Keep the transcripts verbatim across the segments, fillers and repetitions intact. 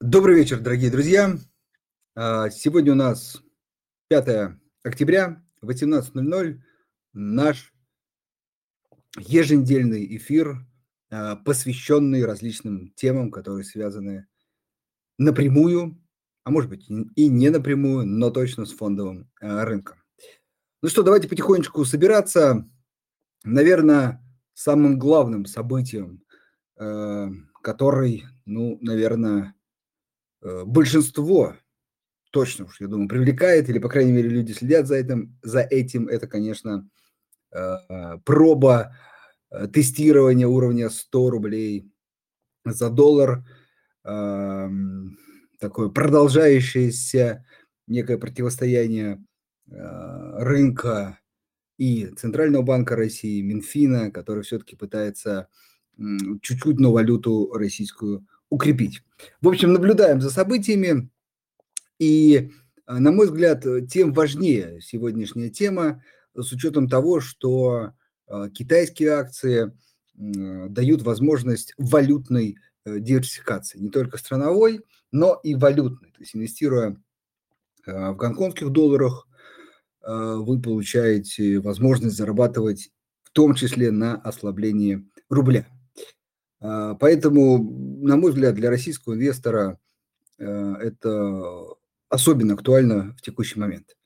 Добрый вечер, дорогие друзья. А, Сегодня у нас пятое октября, восемнадцать ноль ноль. Наш еженедельный эфир, а, посвященный различным темам, которые связаны напрямую, а может быть и и не напрямую, но точно с фондовым а, рынком. Ну что, давайте потихонечку собираться. Наверное, самым главным событием, э, который, ну, наверное, большинство точно уж, я думаю, привлекает, или, по крайней мере, люди следят за этим. За этим это, конечно, э, проба, э, тестирование уровня сто рублей за доллар. Ам, Такое продолжающееся некое противостояние э, рынка и Центрального банка России, Минфина, который все-таки пытается м, чуть-чуть, но валюту российскую укрепить. В общем, наблюдаем за событиями. И, а, на мой взгляд, э, тем важнее сегодняшняя тема, э, с учетом того, что, а, китайские акции, м, дают возможность валютной, э, диверсификации. Не только страновой, но и валютной. То есть инвестируя, а, в гонконгских долларах, а, вы получаете возможность зарабатывать в том числе на ослаблении рубля. А, поэтому, на мой взгляд, для российского инвестора э, это особенно актуально в текущий момент.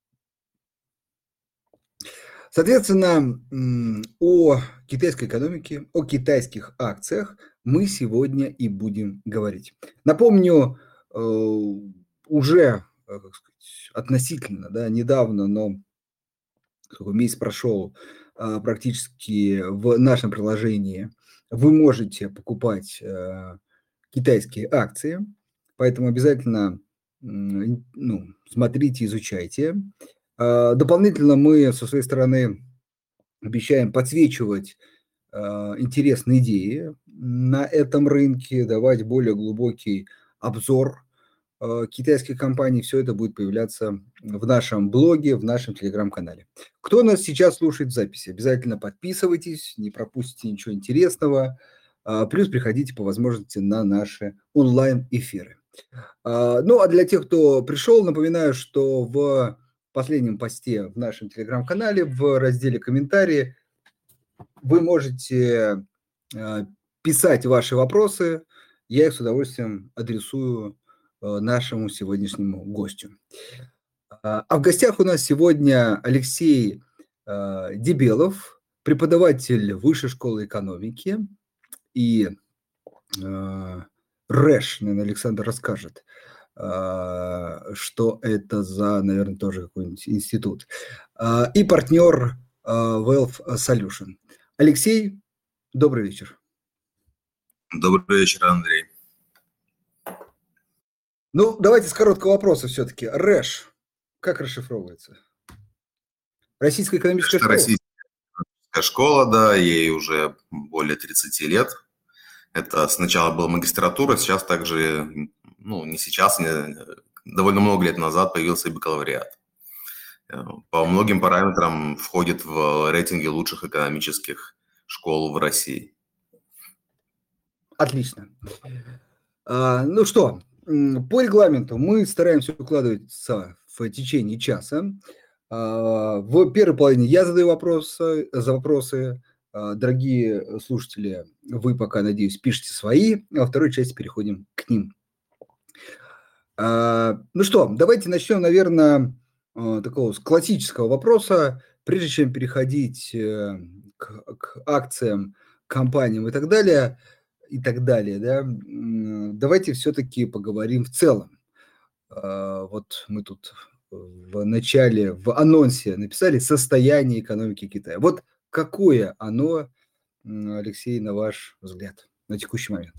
Соответственно, м, о китайской экономике, о китайских акциях мы сегодня и будем говорить. Напомню, э, уже, э, как сказать, относительно, да, недавно, но сколько, месяц прошел, а, практически в нашем приложении вы можете покупать э, китайские акции, поэтому обязательно м, ну, смотрите, изучайте. А, Дополнительно мы со своей стороны обещаем подсвечивать а, интересные идеи на этом рынке, давать более глубокий обзор а, китайских компаний. Все это будет появляться в нашем блоге, в нашем телеграм-канале. Кто нас сейчас слушает в записи, обязательно подписывайтесь, не пропустите ничего интересного. А, Плюс приходите по возможности на наши онлайн-эфиры. А, Ну, а для тех, кто пришел, напоминаю, что в последнем посте в нашем телеграм-канале в разделе «Комментарии» вы можете э, писать ваши вопросы, я их с удовольствием адресую э, нашему сегодняшнему гостю. А а в гостях у нас сегодня Алексей э, Дебелов, преподаватель Высшей школы экономики, и э, РЭШ, наверное, Александр расскажет, э, что это за, наверное, тоже какой-нибудь институт, э, и партнер э, Wealth Solution. Алексей, добрый вечер. Добрый вечер, Андрей. Ну, давайте с короткого вопроса все-таки. РЭШ, как расшифровывается? Российская экономическая Это школа? российская школа, да, ей уже более тридцати лет. Это сначала была магистратура, сейчас также, ну, не сейчас, не, довольно много лет назад появился и бакалавриат. По многим параметрам входит в рейтинги лучших экономических школ в России. Отлично. А, ну что, м, по регламенту мы стараемся укладываться в течение часа. А, в первой половине я задаю вопросы, за вопросы. А, Дорогие слушатели, вы пока, надеюсь, пишите свои, а во второй части переходим к ним. А, Ну что, давайте начнем, наверное, а, такого с классического вопроса. Прежде чем переходить э, к, к акциям, компаниям и так далее, и так далее, да, м, давайте все-таки поговорим в целом. А, Вот мы тут в начале, в анонсе написали «Состояние экономики Китая». Вот какое оно, м, Алексей, на ваш взгляд, на текущий момент?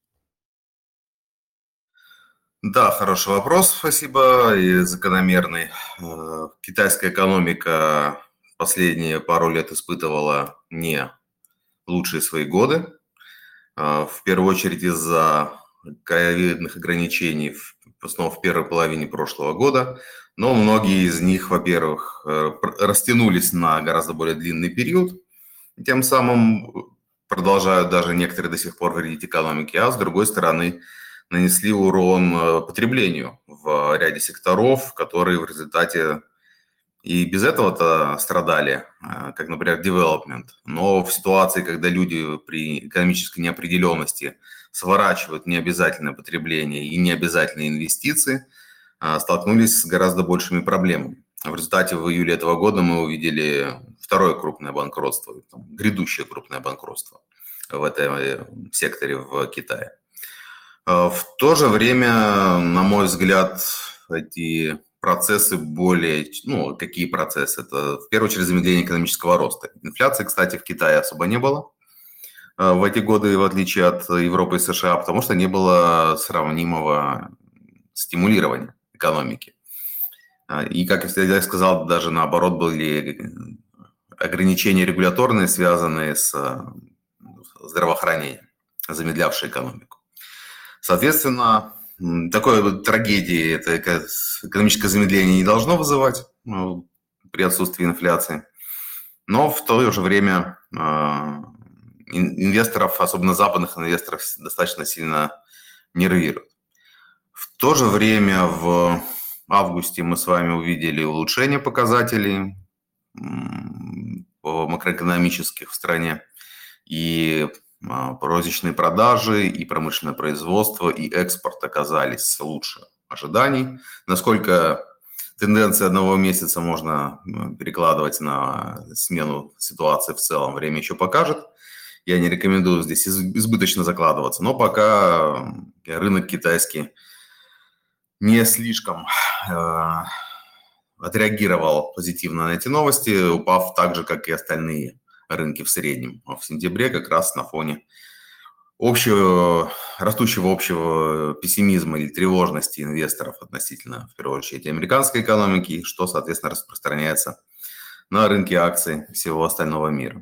Да, хороший вопрос, спасибо, и закономерный. Э, Китайская экономика последние пару лет испытывала не лучшие свои годы. А, В первую очередь из-за ковидных ограничений, в в основном в первой половине прошлого года. Но многие из них, во-первых, э, пр- растянулись на гораздо более длинный период, и тем самым продолжают даже некоторые до сих пор вредить экономике. А с другой стороны, нанесли урон потреблению в ряде секторов, которые в результате и без этого-то страдали, как, например, development. Но в ситуации, когда люди при экономической неопределенности сворачивают необязательное потребление и необязательные инвестиции, столкнулись с гораздо большими проблемами. В результате в июле этого года мы увидели второе крупное банкротство, грядущее крупное банкротство в этом секторе в Китае. В то же время, на мой взгляд, эти процессы более... Ну, какие процессы? Это, в первую очередь, замедление экономического роста. Инфляции, кстати, в Китае особо не было в эти годы, в отличие от Европы и США, потому что не было сравнимого стимулирования экономики. И, как я сказал, даже наоборот были ограничения регуляторные, связанные с здравоохранением, замедлявшие экономику. Соответственно, такой вот трагедии это экономическое замедление не должно вызывать ну, при отсутствии инфляции. Но в то же время э, инвесторов, особенно западных инвесторов, достаточно сильно нервирует. В то же время в августе мы с вами увидели улучшение показателей макроэкономических в стране. И розничные продажи, и промышленное производство, и экспорт оказались лучше ожиданий. Насколько тенденции одного месяца можно перекладывать на смену ситуации в целом, время еще покажет. Я не рекомендую здесь избыточно закладываться, но пока рынок китайский не слишком э, отреагировал позитивно на эти новости, упав так же, как и остальные рынки в среднем. В сентябре как раз на фоне общего, растущего общего пессимизма или тревожности инвесторов относительно, в первую очередь, американской экономики, что, соответственно, распространяется на рынки акций всего остального мира.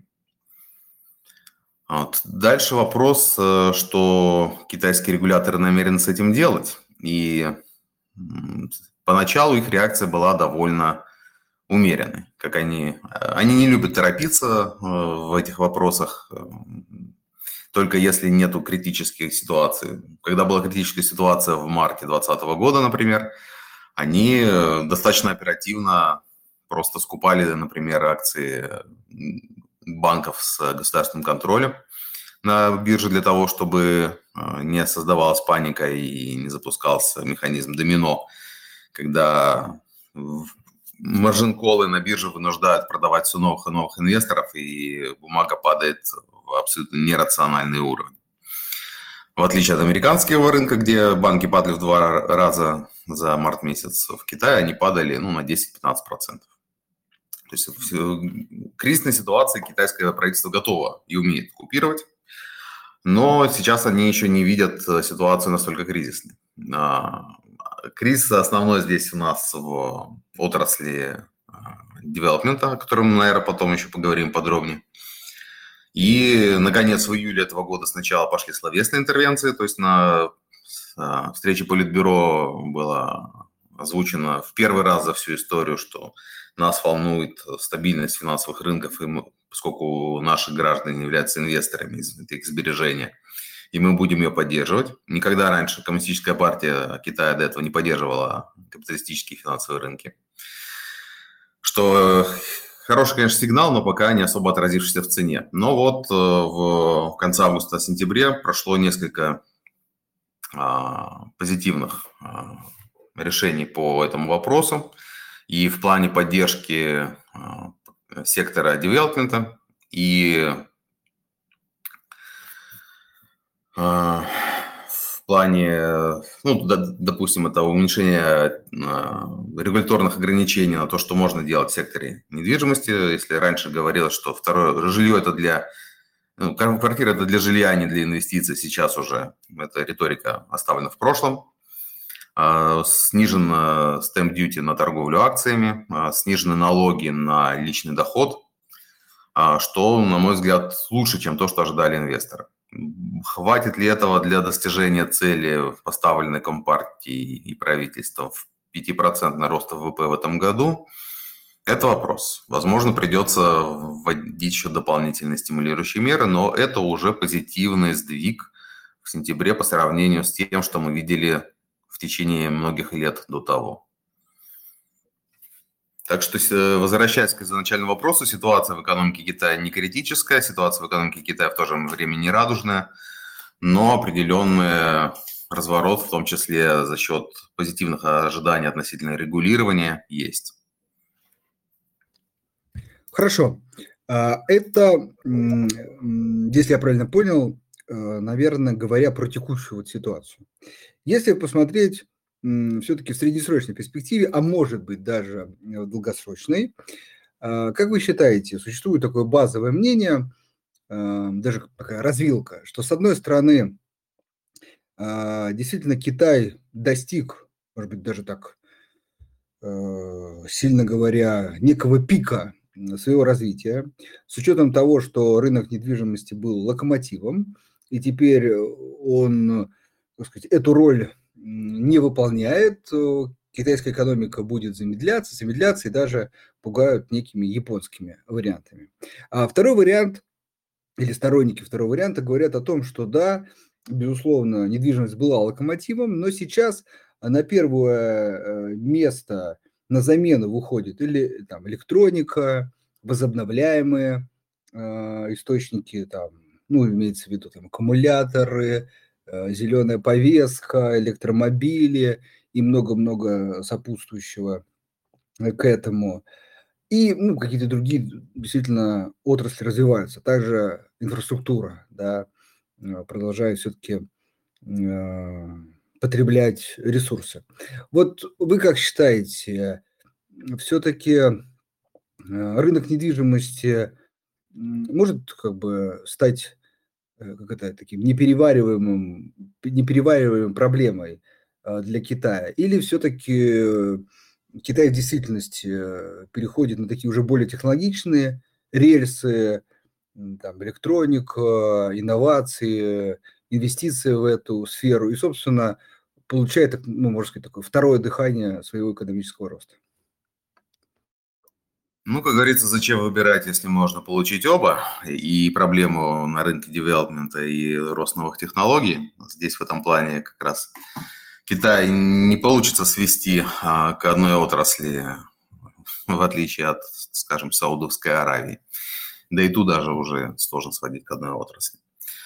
Вот. Дальше вопрос, что китайские регуляторы намерены с этим делать. И поначалу их реакция была довольно умеренной. Как они, они не любят торопиться в этих вопросах, только если нету критических ситуаций. Когда была критическая ситуация в марте двадцатого года, например, они достаточно оперативно просто скупали, например, акции банков с государственным контролем на бирже для того, чтобы не создавалась паника и не запускался механизм домино, когда маржин-колы на бирже вынуждают продавать все новых и новых инвесторов, и бумага падает в абсолютно нерациональный уровень. В отличие от американского рынка, где банки падали в два раза за март месяц, в Китае они падали ну, на десять-пятнадцать процентов. То есть в кризисной ситуации китайское правительство готово и умеет купировать, но сейчас они еще не видят ситуацию настолько кризисной. Кризис основной здесь у нас в отрасли девелопмента, о котором мы, наверное, потом еще поговорим подробнее. И, наконец, в июле этого года сначала пошли словесные интервенции, то есть на встрече Политбюро было озвучено в первый раз за всю историю, что нас волнует стабильность финансовых рынков, и мы, поскольку наши граждане являются инвесторами из их сбережения, и мы будем ее поддерживать. Никогда раньше Коммунистическая партия Китая до этого не поддерживала капиталистические финансовые рынки. Что хороший, конечно, сигнал, но пока не особо отразившийся в цене. Но вот в конце августа-сентябре прошло несколько а, позитивных а, решений по этому вопросу. И в плане поддержки а, сектора девелопмента, и в плане, ну, допустим, это уменьшение регуляторных ограничений на то, что можно делать в секторе недвижимости. Если раньше говорилось, что второе жилье это для, ну, квартира это для жилья, а не для инвестиций, сейчас уже эта риторика оставлена в прошлом. Снижен стэмп-дьюти на торговлю акциями, снижены налоги на личный доход, что, на мой взгляд, лучше, чем то, что ожидали инвесторы. Хватит ли этого для достижения цели, поставленной Компартией и правительством в пять процентов роста ВВП в этом году? Это вопрос. Возможно, придется вводить еще дополнительные стимулирующие меры, но это уже позитивный сдвиг в сентябре по сравнению с тем, что мы видели в течение многих лет до того. Так что, возвращаясь к изначальному вопросу, ситуация в экономике Китая не критическая, ситуация в экономике Китая в то же время не радужная, но определенный разворот, в том числе за счет позитивных ожиданий относительно регулирования, есть. Хорошо. Это, если я правильно понял, наверное, говоря про текущую вот ситуацию. Если посмотреть все-таки в среднесрочной перспективе, а может быть даже в долгосрочной, как вы считаете, существует такое базовое мнение, даже такая развилка, что с одной стороны, действительно Китай достиг, может быть, даже так сильно говоря, некого пика своего развития, с учетом того, что рынок недвижимости был локомотивом, и теперь он, так сказать, эту роль не выполняет, китайская экономика будет замедляться, замедляться и даже пугают некими японскими вариантами. А второй вариант, или сторонники второго варианта говорят о том, что да, безусловно, недвижимость была локомотивом, но сейчас на первое место на замену выходит или там электроника, возобновляемые э, источники, там, ну, имеется в виду там аккумуляторы, э, зеленая повестка, электромобили и много-много сопутствующего к этому. И ну, какие-то другие действительно отрасли развиваются. Также инфраструктура, да, продолжает все-таки э, потреблять ресурсы. Вот вы как считаете, все-таки рынок недвижимости может как бы стать как это, таким неперевариваемым, неперевариваемой проблемой для Китая? Или все-таки Китай в действительности переходит на такие уже более технологичные рельсы, там, электроника, инновации, инвестиции в эту сферу и, собственно, получает, ну, можно сказать, такое второе дыхание своего экономического роста? Ну, как говорится, зачем выбирать, если можно получить оба, и проблему на рынке девелопмента, и рост новых технологий. Здесь в этом плане как раз Китай не получится свести а, к одной отрасли, в отличие от, скажем, Саудовской Аравии. Да и ту даже уже сложно сводить к одной отрасли.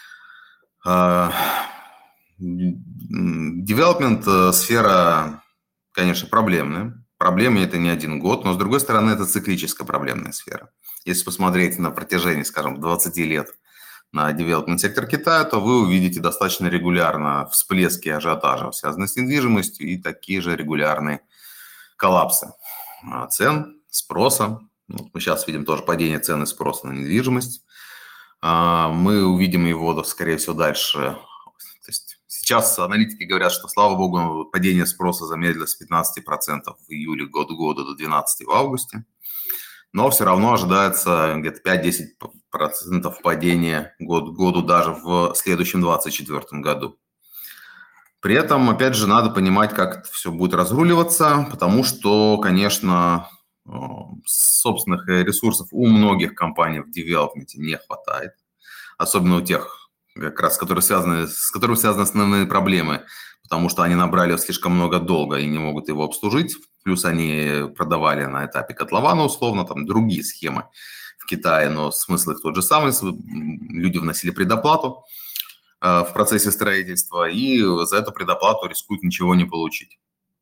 Девелопмент сфера, конечно, проблемная. Проблемы это не один год, но, с другой стороны, это циклическая проблемная сфера. Если посмотреть на протяжении, скажем, двадцати лет на девелопмент сектор Китая, то вы увидите достаточно регулярно всплески ажиотажа, связанные с недвижимостью, и такие же регулярные коллапсы цен, спроса. Вот мы сейчас видим тоже падение цен и спроса на недвижимость. Мы увидим его, скорее всего, дальше. То есть сейчас аналитики говорят, что, слава богу, падение спроса замедлилось с пятнадцати процентов в июле год года до двенадцати процентов в августе. Но все равно ожидается где-то пять-десять процентов падения год к году даже в следующем двадцать четвёртом году. При этом, опять же, надо понимать, как это все будет разруливаться, потому что, конечно, собственных ресурсов у многих компаний в девелопменте не хватает, особенно у тех, как раз, которые связаны, с которыми связаны основные проблемы, потому что они набрали слишком много долга и не могут его обслужить, плюс они продавали на этапе котлована условно, там другие схемы в Китае, но смысл их тот же самый, люди вносили предоплату э, в процессе строительства и за эту предоплату рискуют ничего не получить.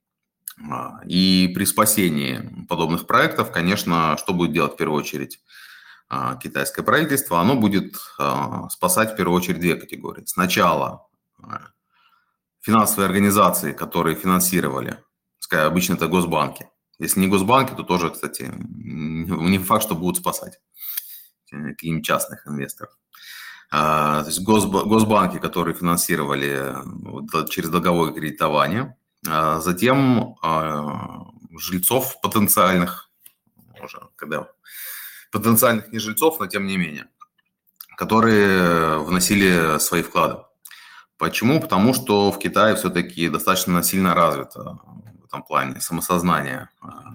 И при спасении подобных проектов, конечно, что будет делать в первую очередь китайское правительство? Оно будет спасать в первую очередь две категории. Сначала финансовые организации, которые финансировали, пускай обычно это госбанки. Если не госбанки, то тоже, кстати, не факт, что будут спасать каких-нибудь частных инвесторов. То есть госбанки, которые финансировали через долговое кредитование, затем жильцов потенциальных, уже когда потенциальных не жильцов, но тем не менее, которые вносили свои вклады. Почему? Потому что в Китае все-таки достаточно сильно развито в этом плане самосознание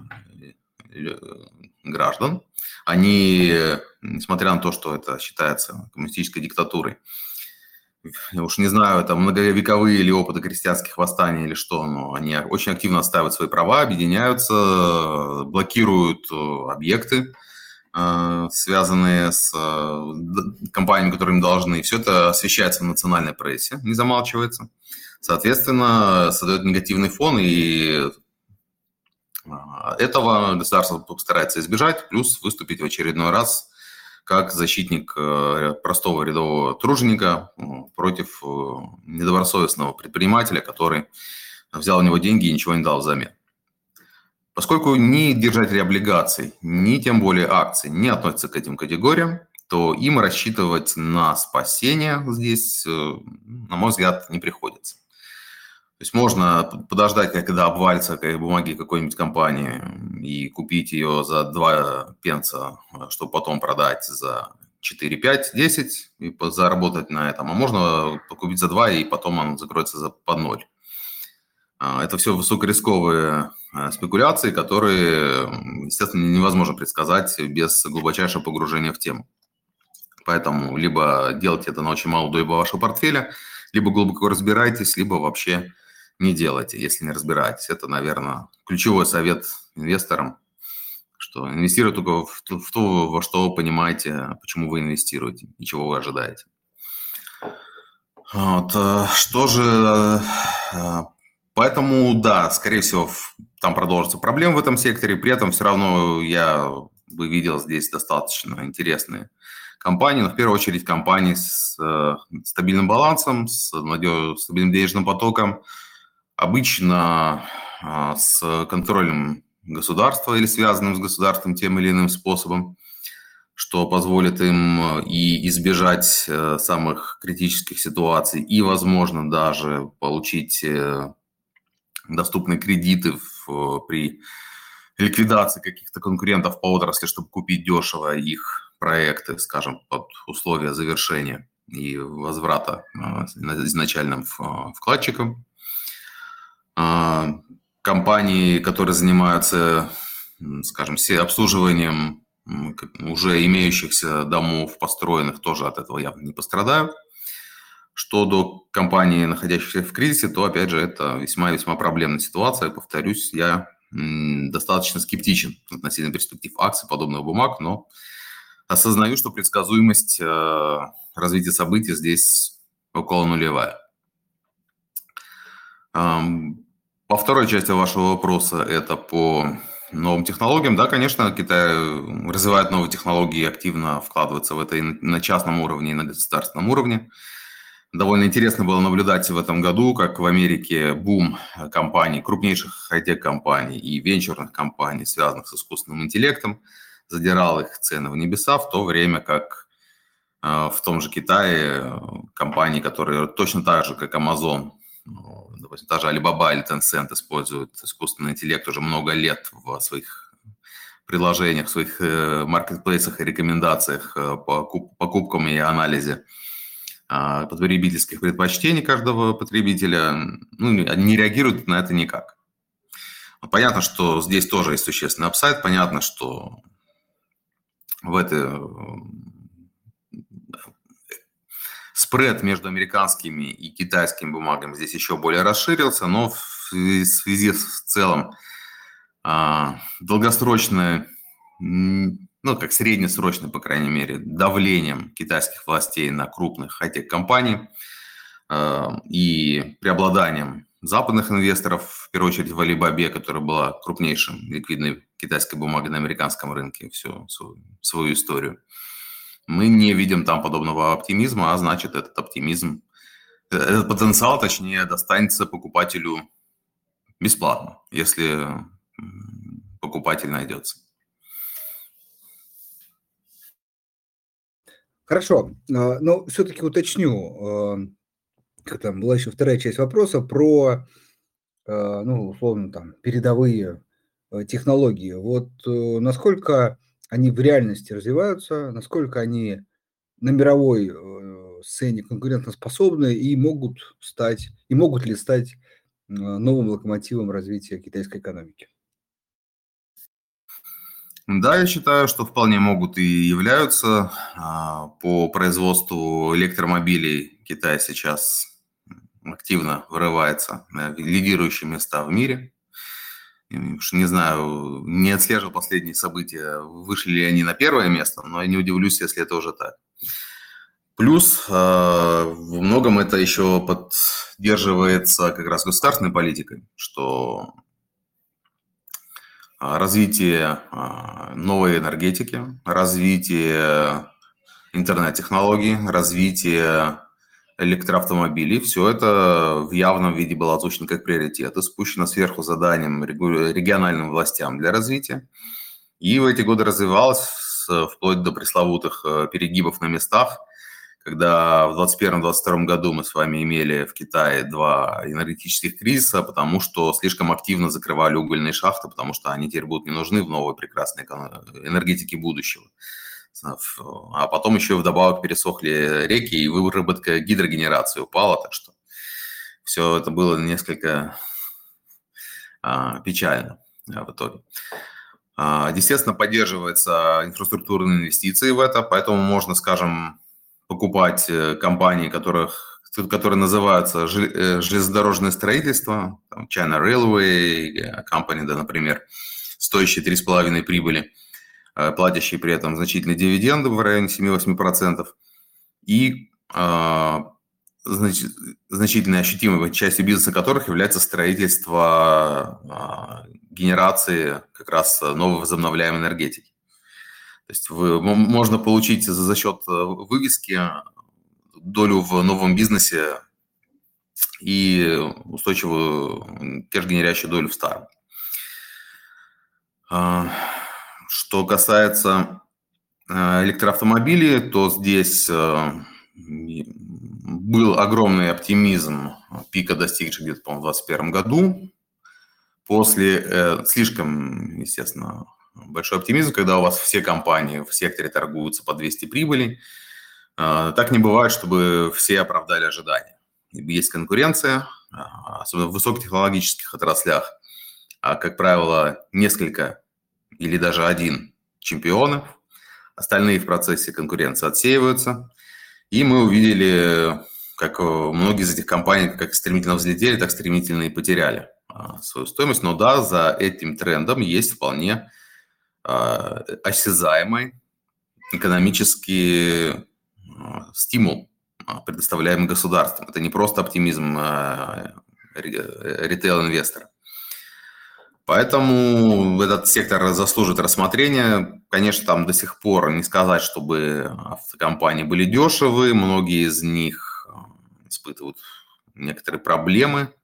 граждан. Они, несмотря на то, что это считается коммунистической диктатурой, я уж не знаю, это многовековые или опыты крестьянских восстаний или что, но они очень активно отстаивают свои права, объединяются, блокируют объекты, связанные с компаниями, которые им должны. И все это освещается в национальной прессе, не замалчивается. Соответственно, создает негативный фон, и этого государство старается избежать, плюс выступить в очередной раз как защитник простого рядового труженика против недобросовестного предпринимателя, который взял у него деньги и ничего не дал взамен. Поскольку ни держатели облигаций, ни тем более акций не относятся к этим категориям, то им рассчитывать на спасение здесь, на мой взгляд, не приходится. То есть можно подождать, когда обвалится бумаги какой-нибудь компании и купить ее за два пенса, чтобы потом продать за четыре, пять, десять и заработать на этом. А можно купить за два и потом он закроется за под ноль. Это все высокорисковые спекуляции, которые, естественно, невозможно предсказать без глубочайшего погружения в тему. Поэтому либо делайте это на очень малую долю вашего портфеля, либо глубоко разбирайтесь, либо вообще не делайте, если не разбираетесь. Это, наверное, ключевой совет инвесторам, что инвестируйте только в то, в то, во что вы понимаете, почему вы инвестируете и чего вы ожидаете. Вот. Что же... Поэтому, да, скорее всего, там продолжатся проблемы в этом секторе. При этом все равно я бы видел здесь достаточно интересные компании, но в первую очередь компании с стабильным балансом, с стабильным денежным потоком, обычно с контролем государства или связанным с государством тем или иным способом, что позволит им и избежать самых критических ситуаций, и, возможно, даже получить доступные кредиты в, при ликвидации каких-то конкурентов по отрасли, чтобы купить дешево их проекты, скажем, под условия завершения и возврата изначальным вкладчикам. Компании, которые занимаются, скажем, обслуживанием уже имеющихся домов, построенных, тоже от этого явно не пострадают. Что до компаний, находящихся в кризисе, то, опять же, это весьма-весьма проблемная ситуация. Повторюсь, я достаточно скептичен относительно перспектив акций, подобных бумаг, но осознаю, что предсказуемость развития событий здесь около нулевая. По второй части вашего вопроса, это по новым технологиям. Да, конечно, Китай развивает новые технологии, активно вкладывается в это и на частном уровне, и на государственном уровне. Довольно интересно было наблюдать в этом году, как в Америке бум компаний, крупнейших хай-тек-компаний и венчурных компаний, связанных с искусственным интеллектом, задирал их цены в небеса, в то время как в том же Китае компании, которые точно так же, как Amazon, допустим, та же Alibaba или Tencent используют искусственный интеллект уже много лет в своих приложениях, в своих маркетплейсах и рекомендациях по покупкам и анализе потребительских предпочтений каждого потребителя, ну, не реагируют на это никак. Понятно, что здесь тоже есть существенный апсайд, понятно, что в этой спред между американскими и китайскими бумагами здесь еще более расширился, но в связи с целым долгосрочной, ну, как среднесрочное, по крайней мере, давлением китайских властей на крупных хай-тек-компаний э, и преобладанием западных инвесторов, в первую очередь в Alibaba, которая была крупнейшим ликвидной китайской бумагой на американском рынке всю свою, свою историю. Мы не видим там подобного оптимизма, а значит, этот оптимизм, этот потенциал, точнее, достанется покупателю бесплатно, если покупатель найдется. Хорошо, но все-таки уточню, как там была еще вторая часть вопроса про, ну, условно, там, передовые технологии. Вот насколько они в реальности развиваются, насколько они на мировой сцене конкурентоспособны и могут стать, и могут ли стать новым локомотивом развития китайской экономики? Да, я считаю, что вполне могут и являются. По производству электромобилей Китай сейчас активно вырывается на лидирующие места в мире. Не знаю, не отслеживал последние события, вышли ли они на первое место, но я не удивлюсь, если это уже так. Плюс во многом это еще поддерживается как раз государственной политикой, что развитие новой энергетики, развитие интернет-технологий, развитие электроавтомобилей, все это в явном виде было озвучено как приоритет и спущено сверху заданием региональным властям для развития. И в эти годы развивалось вплоть до пресловутых перегибов на местах, когда в двадцать первом — двадцать втором году мы с вами имели в Китае два энергетических кризиса, потому что слишком активно закрывали угольные шахты, потому что они теперь будут не нужны в новой прекрасной энергетике будущего. А потом еще вдобавок пересохли реки, и выработка гидрогенерации упала, так что все это было несколько а, печально а, в итоге. А, естественно, поддерживаются инфраструктурные инвестиции в это, поэтому можно, скажем, покупать компании, которых, которые называются железнодорожное строительство, там China Railway Company, да, например, стоящие три с половиной прибыли, платящие при этом значительные дивиденды в районе семь-восемь процентов, и э, знач, значительной ощутимой частью бизнеса которых является строительство э, генерации как раз новой возобновляемой энергетики. То есть вы, можно получить за, за счет вывески долю в новом бизнесе и устойчивую кэш-генерящую долю в старом. Что касается электроавтомобилей, то здесь был огромный оптимизм, пика достигший где-то, по-моему, в двадцать первом году. После слишком, естественно, большой оптимизм, когда у вас все компании в секторе торгуются по двести прибылей. Так не бывает, чтобы все оправдали ожидания. Есть конкуренция, особенно в высокотехнологических отраслях. А, как правило, несколько или даже один чемпионов. Остальные в процессе конкуренции отсеиваются. И мы увидели, как многие из этих компаний как стремительно взлетели, так стремительно и потеряли свою стоимость. Но да, за этим трендом есть вполне осязаемый экономический стимул, предоставляемый государством. Это не просто оптимизм ритейл-инвестора. Поэтому этот сектор заслужит рассмотрения. Конечно, там до сих пор не сказать, чтобы автокомпании были дешевые. Многие из них испытывают некоторые проблемы.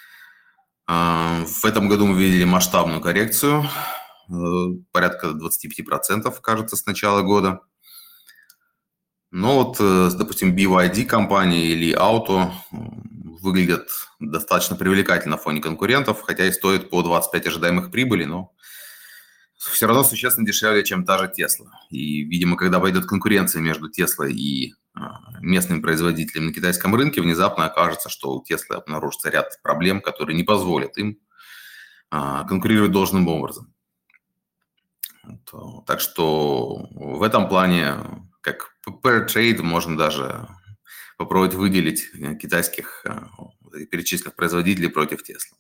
В этом году мы видели масштабную коррекцию. Порядка двадцать пять процентов, кажется, с начала года. Но вот, допустим, би вай ди компании или Auto выглядят достаточно привлекательно на фоне конкурентов, хотя и стоят по двадцать пять ожидаемых прибыли, но все равно существенно дешевле, чем та же Tesla. И, видимо, когда пойдет конкуренция между Tesla и местными производителями на китайском рынке, внезапно окажется, что у Tesla обнаружится ряд проблем, которые не позволят им конкурировать должным образом. Так что в этом плане, как per trade, можно даже попробовать выделить китайских перечисленных производителей против Tesla.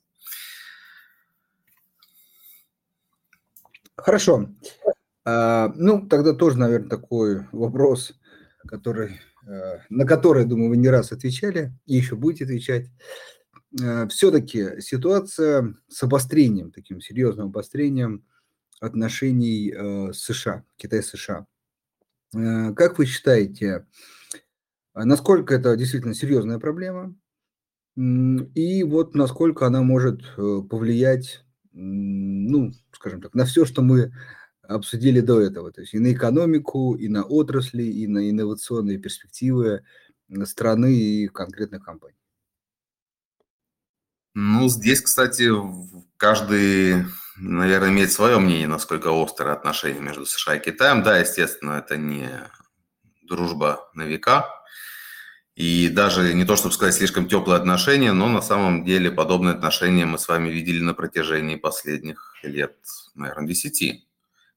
Хорошо. А, ну, тогда тоже, наверное, такой вопрос, который, на который, думаю, вы не раз отвечали и еще будете отвечать. Все-таки ситуация с обострением, таким серьезным обострением отношений э, США, Китай-США. Э, как вы считаете, насколько это действительно серьезная проблема? И вот насколько она может повлиять, ну, скажем так, на все, что мы обсудили до этого, то есть и на экономику, и на отрасли, и на инновационные перспективы страны и конкретных компаний? Ну, здесь, кстати, каждый, наверное, имеет свое мнение, насколько острые отношения между США и Китаем. Да, естественно, это не дружба на века. И даже не то, чтобы сказать, слишком теплые отношения, но на самом деле подобные отношения мы с вами видели на протяжении последних лет, наверное, десяти.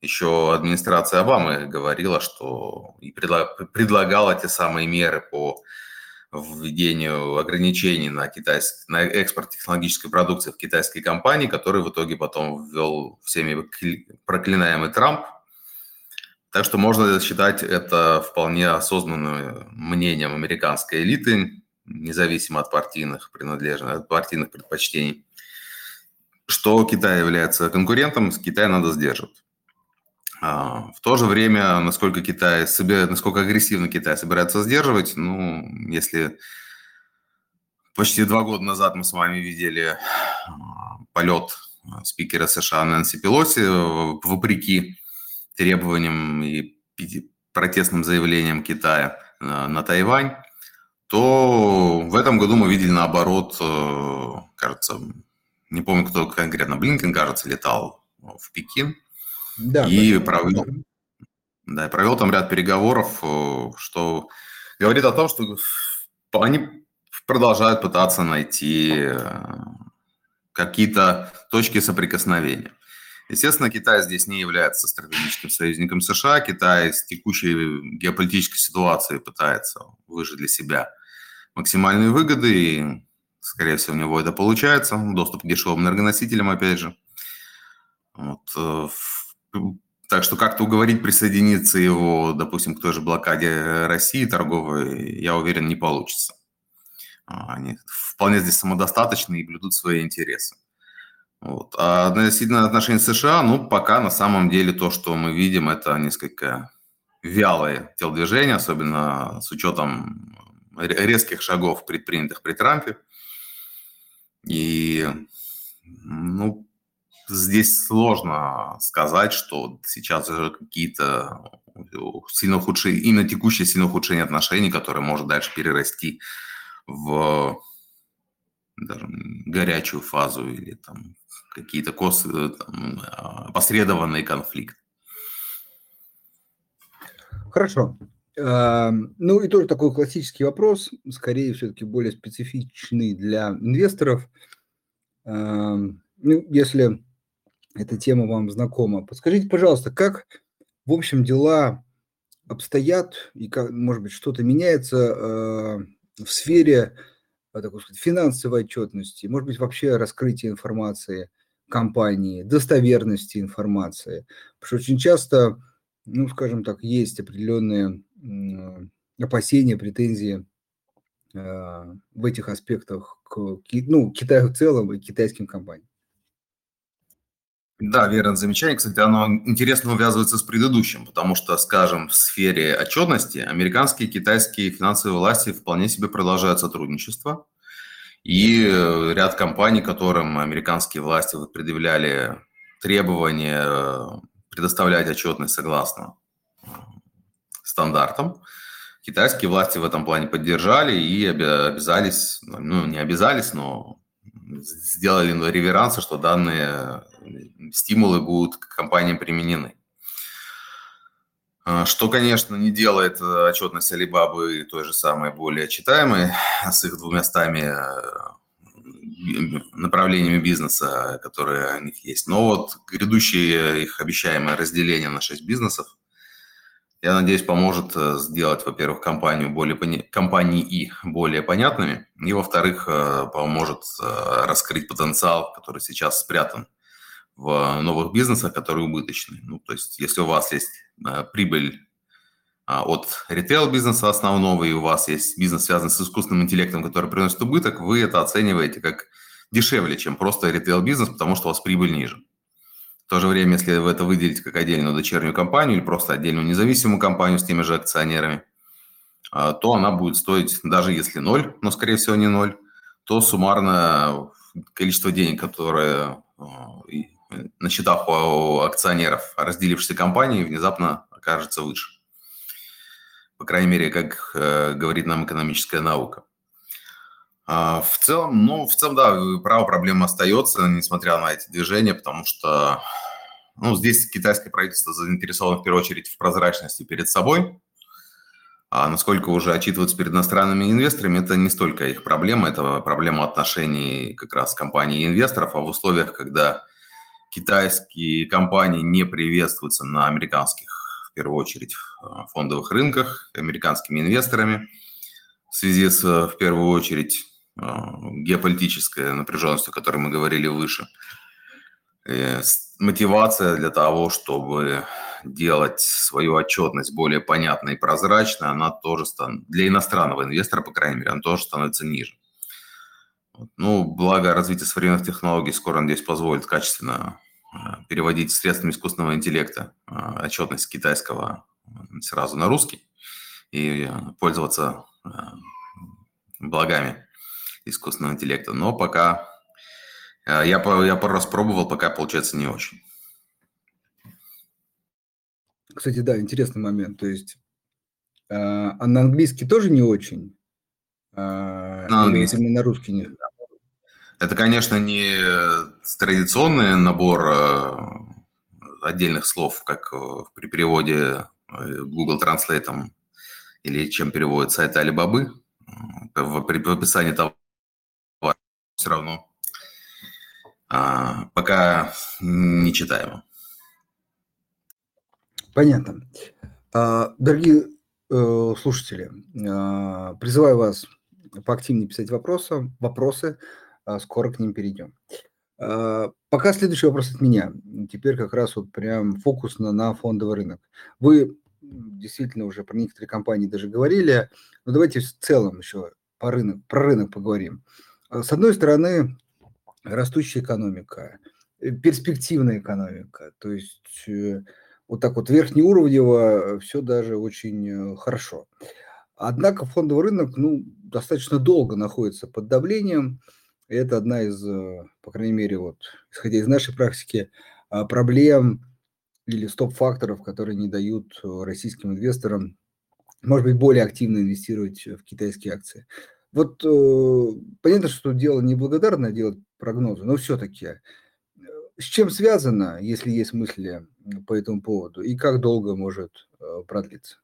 Еще администрация Обамы говорила, что и предлагала те самые меры по введению ограничений на, китайск... на экспорт технологической продукции в китайской компании, который в итоге потом ввел всеми проклинаемый Трамп. Так что можно считать это вполне осознанным мнением американской элиты, независимо от партийных принадлежностей, от партийных предпочтений, что Китай является конкурентом, Китай надо сдерживать. В то же время, насколько Китай, насколько агрессивно Китай собирается сдерживать, ну, если почти два года назад мы с вами видели полет спикера США Нэнси Пелоси, вопреки требованиям и протестным заявлениям Китая на Тайвань, то в этом году мы видели наоборот, кажется, не помню, кто конкретно, Блинкен, кажется, летал в Пекин. Да, и провел, да, провел там ряд переговоров, что говорит о том, что они продолжают пытаться найти какие-то точки соприкосновения. Естественно, Китай здесь не является стратегическим союзником США. Китай с текущей геополитической ситуацией пытается выжать для себя максимальные выгоды, и, скорее всего, у него это получается. Доступ к дешевым энергоносителям, опять же. Вот. Так что как-то уговорить присоединиться его, допустим, к той же блокаде России торговой, я уверен, не получится. Они вполне здесь самодостаточны и блюдут свои интересы. Вот. А относительно отношений с США, ну, пока на самом деле то, что мы видим, это несколько вялое телодвижение, особенно с учетом резких шагов, предпринятых при Трампе. И, ну, здесь сложно сказать, что сейчас уже какие-то сильно ухудшения, именно текущее сильное ухудшение отношений, которое может дальше перерасти в даже горячую фазу или там какие-то кос, там, опосредованный конфликт. Хорошо. Ну и тоже такой классический вопрос, скорее все-таки более специфичный для инвесторов. Ну, если эта тема вам знакома, подскажите, пожалуйста, как, в общем, дела обстоят и, как, может быть, что-то меняется в сфере, так сказать, финансовой отчетности, может быть, вообще раскрытия информации компании, достоверности информации. Потому что очень часто, ну, скажем так, есть определенные опасения, претензии в этих аспектах к, ну, Китаю в целом и китайским компаниям. Да, верное замечание. Кстати, оно интересно увязывается с предыдущим, потому что, скажем, в сфере отчетности американские и китайские финансовые власти вполне себе продолжают сотрудничество. И ряд компаний, которым американские власти предъявляли требования предоставлять отчетность согласно стандартам, китайские власти в этом плане поддержали и обязались, ну не обязались, но сделали реверансы, что данные стимулы будут к компаниям применены. Что, конечно, не делает отчетность Алибабы той же самой более читаемой с их двумястами направлениями бизнеса, которые у них есть. Но вот грядущее их обещаемое разделение на шесть бизнесов, я надеюсь, поможет сделать, во-первых, компанию более, компании более понятными, и, во-вторых, поможет раскрыть потенциал, который сейчас спрятан в новых бизнесах, которые убыточны. Ну, то есть, если у вас есть прибыль от ритейл-бизнеса основного, и у вас есть бизнес, связанный с искусственным интеллектом, который приносит убыток, вы это оцениваете как дешевле, чем просто ритейл-бизнес, потому что у вас прибыль ниже. В то же время, если вы это выделите как отдельную дочернюю компанию или просто отдельную независимую компанию с теми же акционерами, то она будет стоить, даже если ноль, но, скорее всего, не ноль, то суммарно количество денег, которое на счетах у акционеров разделившейся компании, внезапно окажется выше. По крайней мере, как говорит нам экономическая наука. В целом, ну, в целом, да, право, проблема остается, несмотря на эти движения, потому что, ну, здесь китайское правительство заинтересовано в первую очередь в прозрачности перед собой, а насколько уже отчитываться перед иностранными инвесторами, это не столько их проблема, это проблема отношений как раз компаний и инвесторов, а в условиях, когда китайские компании не приветствуются на американских, в первую очередь, фондовых рынках, американскими инвесторами в связи с, в первую очередь, геополитической напряженностью, о которой мы говорили выше. Мотивация для того, чтобы делать свою отчетность более понятной и прозрачной, она тоже становится, для иностранного инвестора, по крайней мере, она тоже становится ниже. Ну, благо развитие современных технологий скоро, надеюсь, позволит качественно переводить средствами искусственного интеллекта отчетность китайского сразу на русский и пользоваться благами искусственного интеллекта. Но пока я, я пару раз пробовал, пока получается не очень. Кстати, да, интересный момент. То есть, а на английский тоже не очень? На Или английский. именно на русский нет? Это, конечно, не традиционный набор отдельных слов, как при переводе Google Translate или чем переводят сайты Alibaba. При описании товара все равно пока не читаемо. Понятно. Дорогие слушатели, призываю вас поактивнее писать вопросы, вопросы, скоро к ним перейдем. Пока следующий вопрос от меня. Теперь как раз вот прям фокусно на фондовый рынок. Вы действительно уже про некоторые компании даже говорили, но давайте в целом еще по рынок, про рынок поговорим. С одной стороны, растущая экономика, перспективная экономика, то есть вот так вот верхнеуровнево все даже очень хорошо. Однако фондовый рынок, ну, достаточно долго находится под давлением. И это одна из, по крайней мере, вот, исходя из нашей практики, проблем или стоп-факторов, которые не дают российским инвесторам, может быть, более активно инвестировать в китайские акции. Вот э, понятно, что дело неблагодарное делать прогнозы, но все-таки с чем связано, если есть мысли по этому поводу, и как долго может э, продлиться?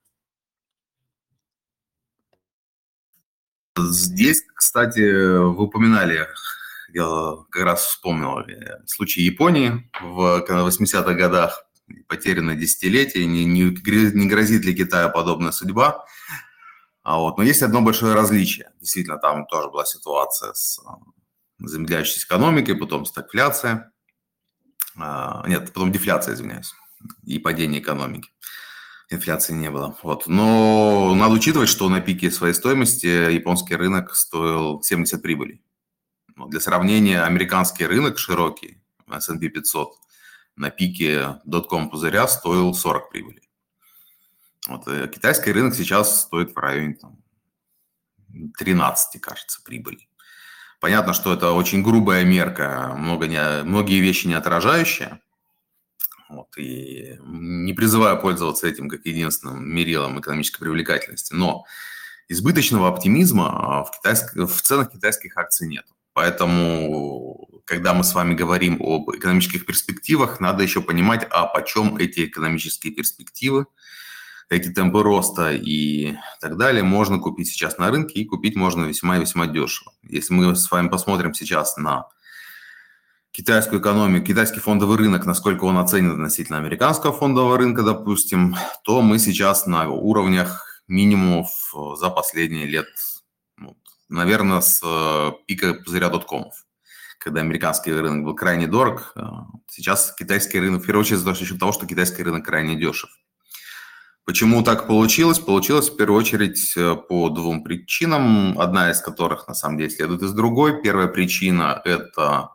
Здесь, кстати, вы упоминали, я как раз вспомнил случай Японии в восьмидесятых годах, потерянное десятилетие, не, не, не грозит ли Китаю подобная судьба. А вот. Но есть одно большое различие. Действительно, там тоже была ситуация с замедляющейся экономикой, потом стагфляция, нет, потом дефляция, извиняюсь, и падение экономики. Инфляции не было. Вот. Но надо учитывать, что на пике своей стоимости японский рынок стоил семьдесят прибылей. Для сравнения, американский рынок широкий, эс энд пи пятьсот, на пике дотком пузыря стоил сорок прибылей. Вот. Китайский рынок сейчас стоит в районе там, тринадцать, кажется, прибылей. Понятно, что это очень грубая мерка, много не, многие вещи не отражающие. Вот, и не призываю пользоваться этим как единственным мерилом экономической привлекательности. Но избыточного оптимизма в, китайск... в ценах китайских акций нет. Поэтому, когда мы с вами говорим об экономических перспективах, надо еще понимать, а почем эти экономические перспективы, эти темпы роста и так далее можно купить сейчас на рынке, и купить можно весьма и весьма дешево. Если мы с вами посмотрим сейчас на китайскую экономику, китайский фондовый рынок, насколько он оценен относительно американского фондового рынка, допустим, то мы сейчас на уровнях минимумов за последние лет, вот, наверное, с пика пузыря доткомов, когда американский рынок был крайне дорог. Сейчас китайский рынок, в первую очередь, за счет того, что китайский рынок крайне дешев. Почему так получилось? Получилось в первую очередь по двум причинам, одна из которых на самом деле следует из другой. Первая причина – это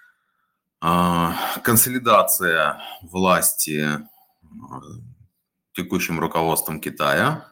консолидация власти текущим руководством Китая,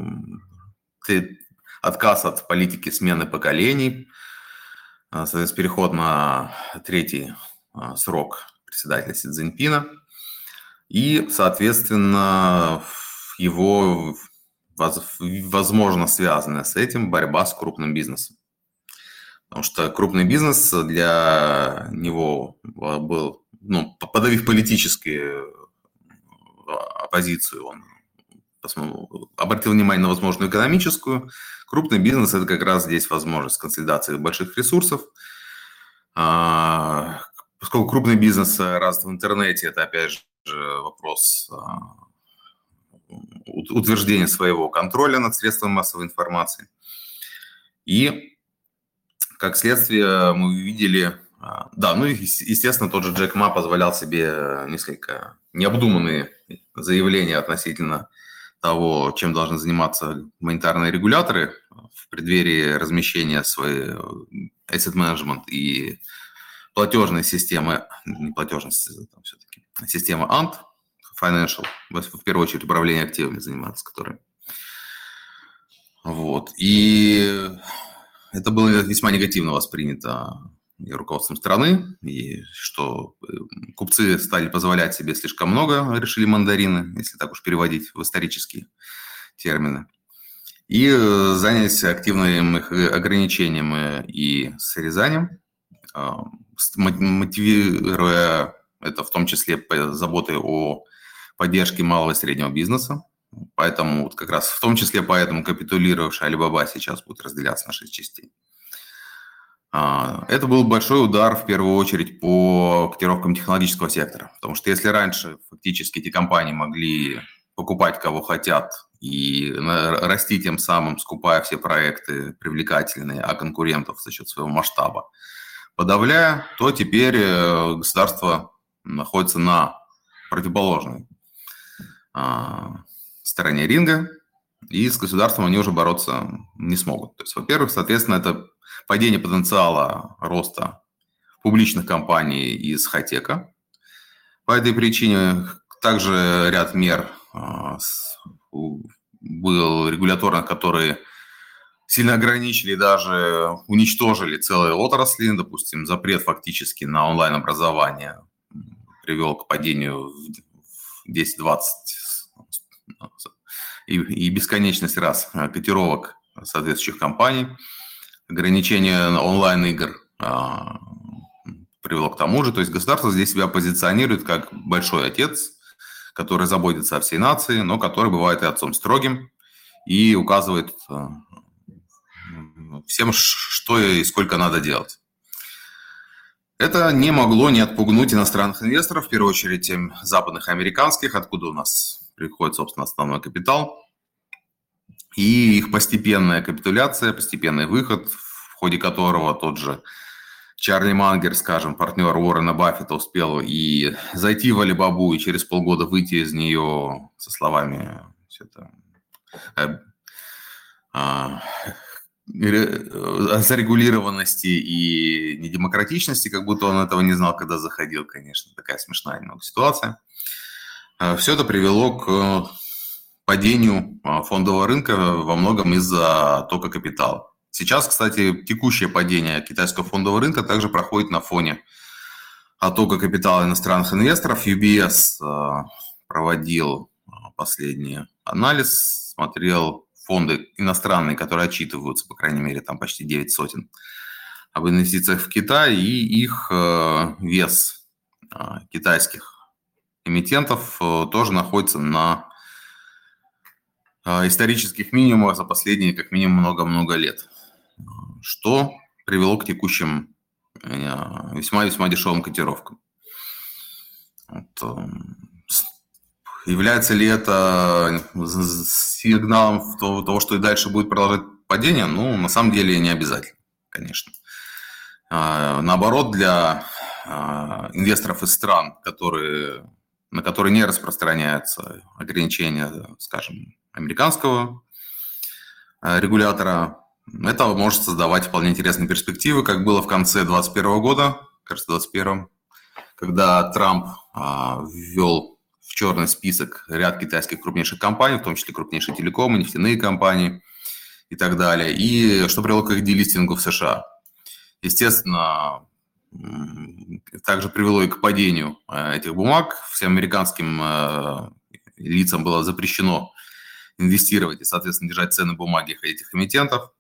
отказ от политики смены поколений, соответственно, переход на третий срок председателя Си Цзиньпина и, соответственно, его, возможно, связанная с этим борьба с крупным бизнесом. Потому что крупный бизнес для него был, ну, подавив политическую оппозицию, он обратил внимание на возможную экономическую. Крупный бизнес – это как раз здесь возможность консолидации больших ресурсов, поскольку крупный бизнес развит в интернете, это опять же вопрос утверждения своего контроля над средствами массовой информации. И, как следствие, мы увидели... Да, ну и, естественно, тот же Джек Ма позволял себе несколько необдуманные заявления относительно того, чем должны заниматься монетарные регуляторы в преддверии размещения своей asset management и платежной системы, не платежной, все-таки, системы эй эй нти, Financial, в первую очередь управление активами заниматься, которые. Вот. И это было весьма негативно воспринято и руководством страны, и что купцы стали позволять себе слишком много, решили мандарины, если так уж переводить в исторические термины, и занялись активным их ограничением и срезанием, мотивируя это в том числе заботой о поддержке малого и среднего бизнеса. Поэтому вот как раз в том числе поэтому капитулировавшая Alibaba сейчас будет разделяться на шесть частей. Это был большой удар в первую очередь по котировкам технологического сектора, потому что если раньше фактически эти компании могли покупать кого хотят и расти тем самым, скупая все проекты привлекательные, а конкурентов за счет своего масштаба подавляя, то теперь государство находится на противоположной стороне ринга, и с государством они уже бороться не смогут. То есть, во-первых, соответственно, это падение потенциала роста публичных компаний из хай-тека. По этой причине также ряд мер был регуляторных, которые сильно ограничили и даже уничтожили целые отрасли. Допустим, запрет фактически на онлайн-образование привел к падению в десять-двадцать и, и бесконечность раз котировок соответствующих компаний. Ограничение онлайн-игр а, привело к тому же. То есть государство здесь себя позиционирует как большой отец, который заботится о всей нации, но который бывает и отцом строгим и указывает а, всем, что и сколько надо делать. Это не могло не отпугнуть иностранных инвесторов, в первую очередь западных и американских, откуда у нас приходит, собственно, основной капитал. И их постепенная капитуляция, постепенный выход, в ходе которого тот же Чарли Мангер, скажем, партнер Уоррена Баффета, успел и зайти в Алибабу, и через полгода выйти из нее со словами все это, э, э, зарегулированности и недемократичности, как будто он этого не знал, когда заходил, конечно. Такая смешная немного ситуация. Все это привело к падению фондового рынка во многом из-за тока капитала. Сейчас, кстати, текущее падение китайского фондового рынка также проходит на фоне оттока капитала иностранных инвесторов. ю би эс проводил последний анализ, смотрел фонды иностранные, которые отчитываются, по крайней мере, там почти девять сотен, об инвестициях в Китай, и их вес китайских эмитентов тоже находится на исторических минимумах за последние как минимум много-много лет, что привело к текущим весьма-весьма дешевым котировкам. Вот. Является ли это сигналом того, что и дальше будет продолжать падение? Ну, на самом деле не обязательно, конечно. Наоборот, для инвесторов из стран, которые, на которые не распространяются ограничения, скажем, американского регулятора, это может создавать вполне интересные перспективы, как было в конце двадцать первого года, кажется, двадцать первом, когда Трамп ввел в черный список ряд китайских крупнейших компаний, в том числе крупнейшие телекомы, нефтяные компании и так далее, и что привело к их делистингу в США. Естественно, также привело и к падению этих бумаг. Всем американским лицам было запрещено инвестировать и, соответственно, держать цены бумаги этих эмитентов,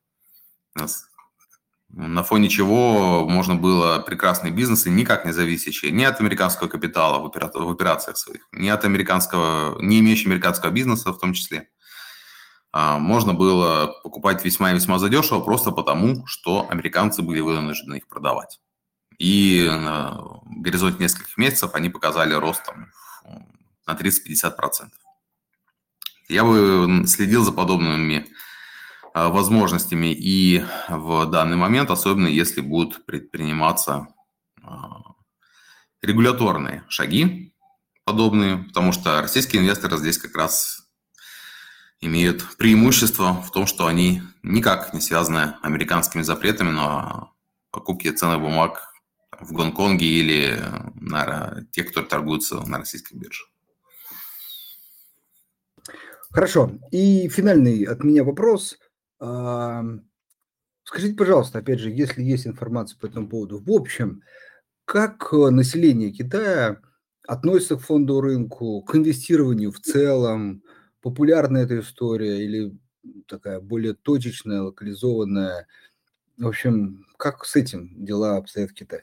на фоне чего можно было прекрасные бизнесы, никак не зависящие ни от американского капитала в операциях своих, ни от американского, не имеющего американского бизнеса в том числе, можно было покупать весьма и весьма задешево, просто потому, что американцы были вынуждены их продавать. И на горизонте нескольких месяцев они показали рост там, на тридцать-пятьдесят процентов. Я бы следил за подобными возможностями и в данный момент, особенно если будут предприниматься регуляторные шаги подобные, потому что российские инвесторы здесь как раз имеют преимущество в том, что они никак не связаны американскими запретами на покупки ценных бумаг в Гонконге или на тех, кто торгуются на российской бирже. Хорошо. И финальный от меня вопрос. Скажите, пожалуйста, опять же, если есть информация по этому поводу, в общем, как население Китая относится к фондовому рынку, к инвестированию в целом? Популярна эта история или такая более точечная, локализованная? В общем, как с этим дела обстоят в Китае?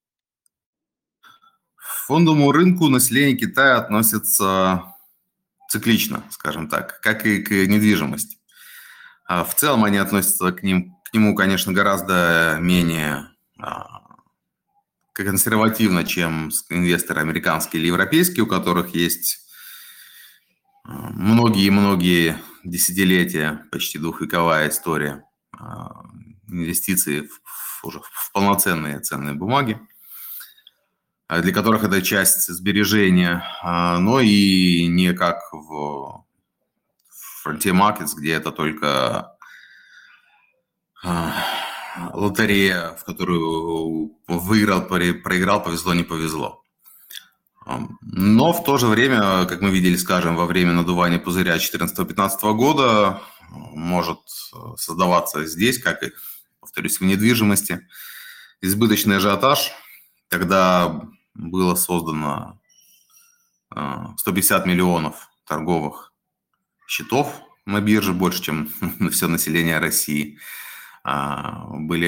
К фондовому рынку население Китая относится циклично, скажем так, как и к недвижимости. В целом они относятся к, ним, к нему, конечно, гораздо менее консервативно, чем инвесторы американские или европейские, у которых есть многие-многие десятилетия, почти двухвековая история инвестиций в, уже в полноценные ценные бумаги, для которых это часть сбережения, но и не как в Frontier Markets, где это только лотерея, в которую выиграл, проиграл, повезло, не повезло. Но в то же время, как мы видели, скажем, во время надувания пузыря две тысячи четырнадцатого-пятнадцатого года, может создаваться здесь, как и, повторюсь, в недвижимости, избыточный ажиотаж, когда было создано сто пятьдесят миллионов торговых счетов на бирже, больше, чем на все население России. Были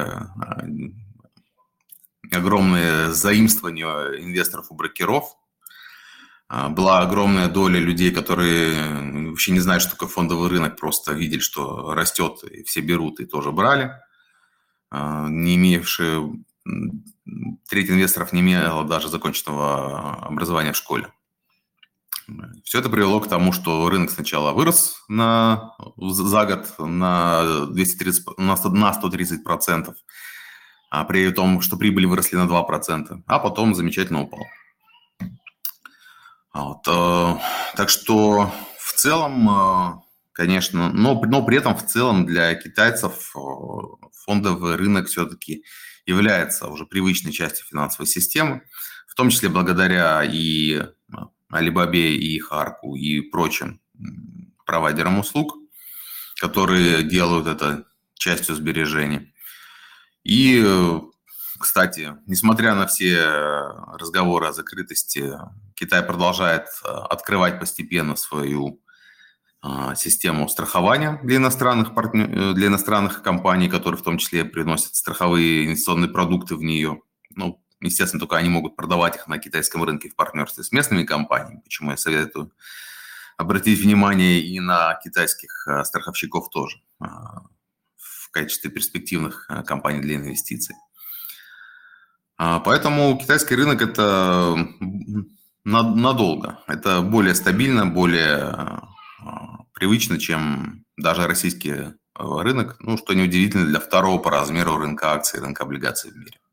огромные заимствования инвесторов у брокеров. Была огромная доля людей, которые вообще не знают, что такое фондовый рынок, просто видели, что растет, и все берут, и тоже брали. Не имевшие, треть инвесторов не имела даже законченного образования в школе. Все это привело к тому, что рынок сначала вырос на, за год на, двести тридцать, на сто тридцать процентов, а при том, что прибыли выросли на два процента, а потом замечательно упал. Вот, э, так что в целом, э, конечно, но, но при этом в целом для китайцев э, фондовый рынок все-таки является уже привычной частью финансовой системы, в том числе благодаря и Алибабе, и Харку, и прочим провайдерам услуг, которые делают это частью сбережений. И, кстати, несмотря на все разговоры о закрытости, Китай продолжает открывать постепенно свою систему страхования для иностранных, партнер, для иностранных компаний, которые в том числе приносят страховые инвестиционные продукты в нее. Ну, естественно, только они могут продавать их на китайском рынке в партнерстве с местными компаниями, почему я советую обратить внимание и на китайских страховщиков тоже в качестве перспективных компаний для инвестиций. Поэтому китайский рынок – это надолго, это более стабильно, более привычно, чем даже российский рынок, ну, что неудивительно для второго по размеру рынка акций, рынка облигаций в мире.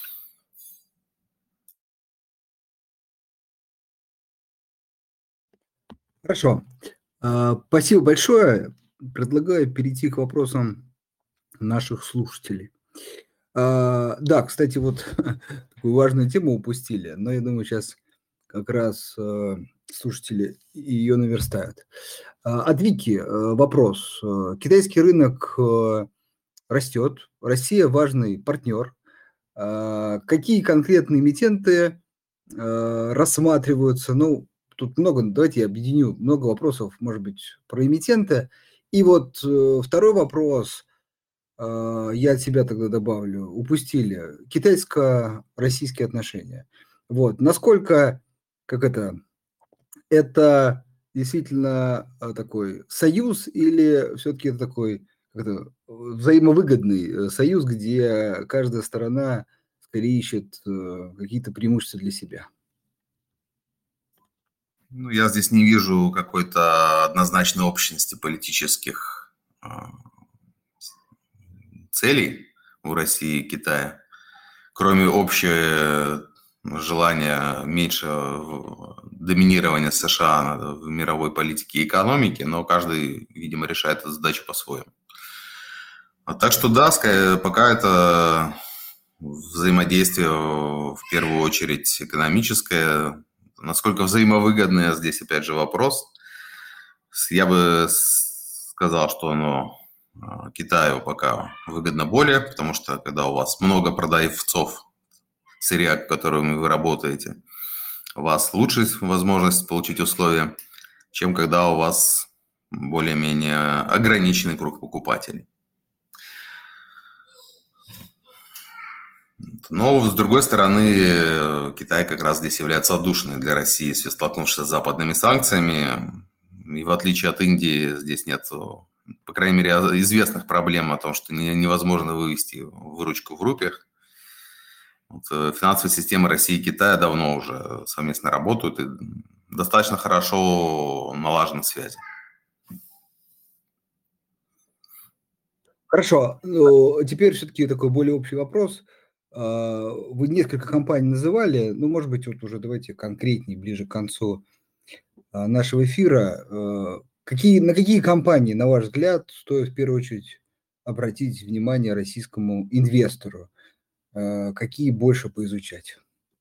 Хорошо. Спасибо большое. Предлагаю перейти к вопросам наших слушателей. Да, кстати, вот такую важную тему упустили, но я думаю, сейчас как раз слушатели ее наверстают. От Вики вопрос. Китайский рынок растет, Россия важный партнер. Какие конкретные эмитенты рассматриваются? Ну, тут много, давайте я объединю, много вопросов, может быть, про эмитента. И вот второй вопрос, я от себя тогда добавлю, упустили. Китайско-российские отношения. Вот, насколько, как это, это действительно такой союз или все-таки это такой как это, взаимовыгодный союз, где каждая сторона, скорее ищет э, какие-то преимущества для себя? Ну, я здесь не вижу какой-то однозначной общности политических а, целей у России и Китая, кроме общего желания меньше доминирования США в мировой политике и экономике, но каждый, видимо, решает эту задачу по-своему. Так что да, пока это взаимодействие в первую очередь экономическое. Насколько взаимовыгодное, здесь опять же вопрос. Я бы сказал, что оно Китаю пока выгодно более, потому что когда у вас много продавцов сырья, к которым вы работаете, у вас лучше возможность получить условия, чем когда у вас более-менее ограниченный круг покупателей. Но, с другой стороны, Китай как раз здесь является отдушиной для России, столкнувшись с западными санкциями. И в отличие от Индии, здесь нет, по крайней мере, известных проблем о том, что невозможно вывести выручку в рупиях. Вот, финансовые системы России и Китая давно уже совместно работают и достаточно хорошо налажены связи. Хорошо, ну, теперь все-таки такой более общий вопрос. Вы несколько компаний называли, ну, может быть, вот уже давайте конкретнее, ближе к концу нашего эфира. Какие, на какие компании, на ваш взгляд, стоит в первую очередь обратить внимание российскому инвестору? Какие больше поизучать?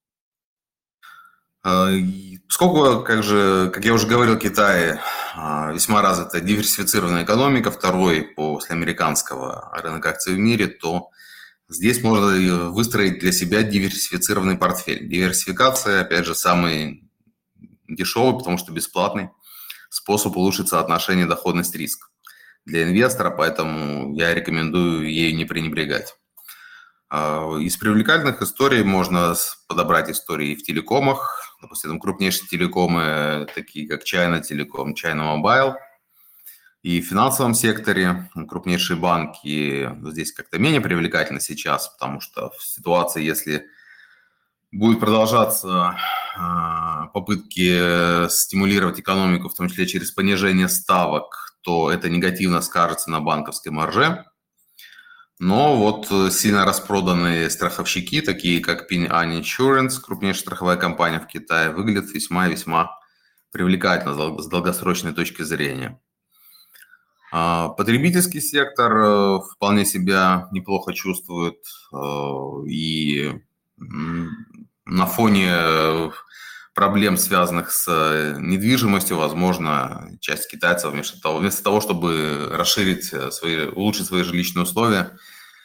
Поскольку, как же, как я уже говорил, Китай весьма развитая диверсифицированная экономика, второй после американского рынок акций в мире, то здесь можно выстроить для себя диверсифицированный портфель. Диверсификация, опять же, самый дешевый, потому что бесплатный способ улучшить соотношение доходность-риск для инвестора, поэтому я рекомендую ею не пренебрегать. Из привлекательных историй можно подобрать истории в телекомах. Допустим, крупнейшие телекомы, такие как China Telecom, China Mobile. И в финансовом секторе крупнейшие банки здесь как-то менее привлекательны сейчас, потому что в ситуации, если будут продолжаться попытки стимулировать экономику, в том числе через понижение ставок, то это негативно скажется на банковской марже. Но вот сильно распроданные страховщики, такие как Ping An Insurance, крупнейшая страховая компания в Китае, выглядят весьма-весьма привлекательно с долгосрочной точки зрения. Потребительский сектор вполне себя неплохо чувствует, и на фоне проблем, связанных с недвижимостью, возможно, часть китайцев вместо того, вместо того чтобы расширить свои, улучшить свои жилищные условия,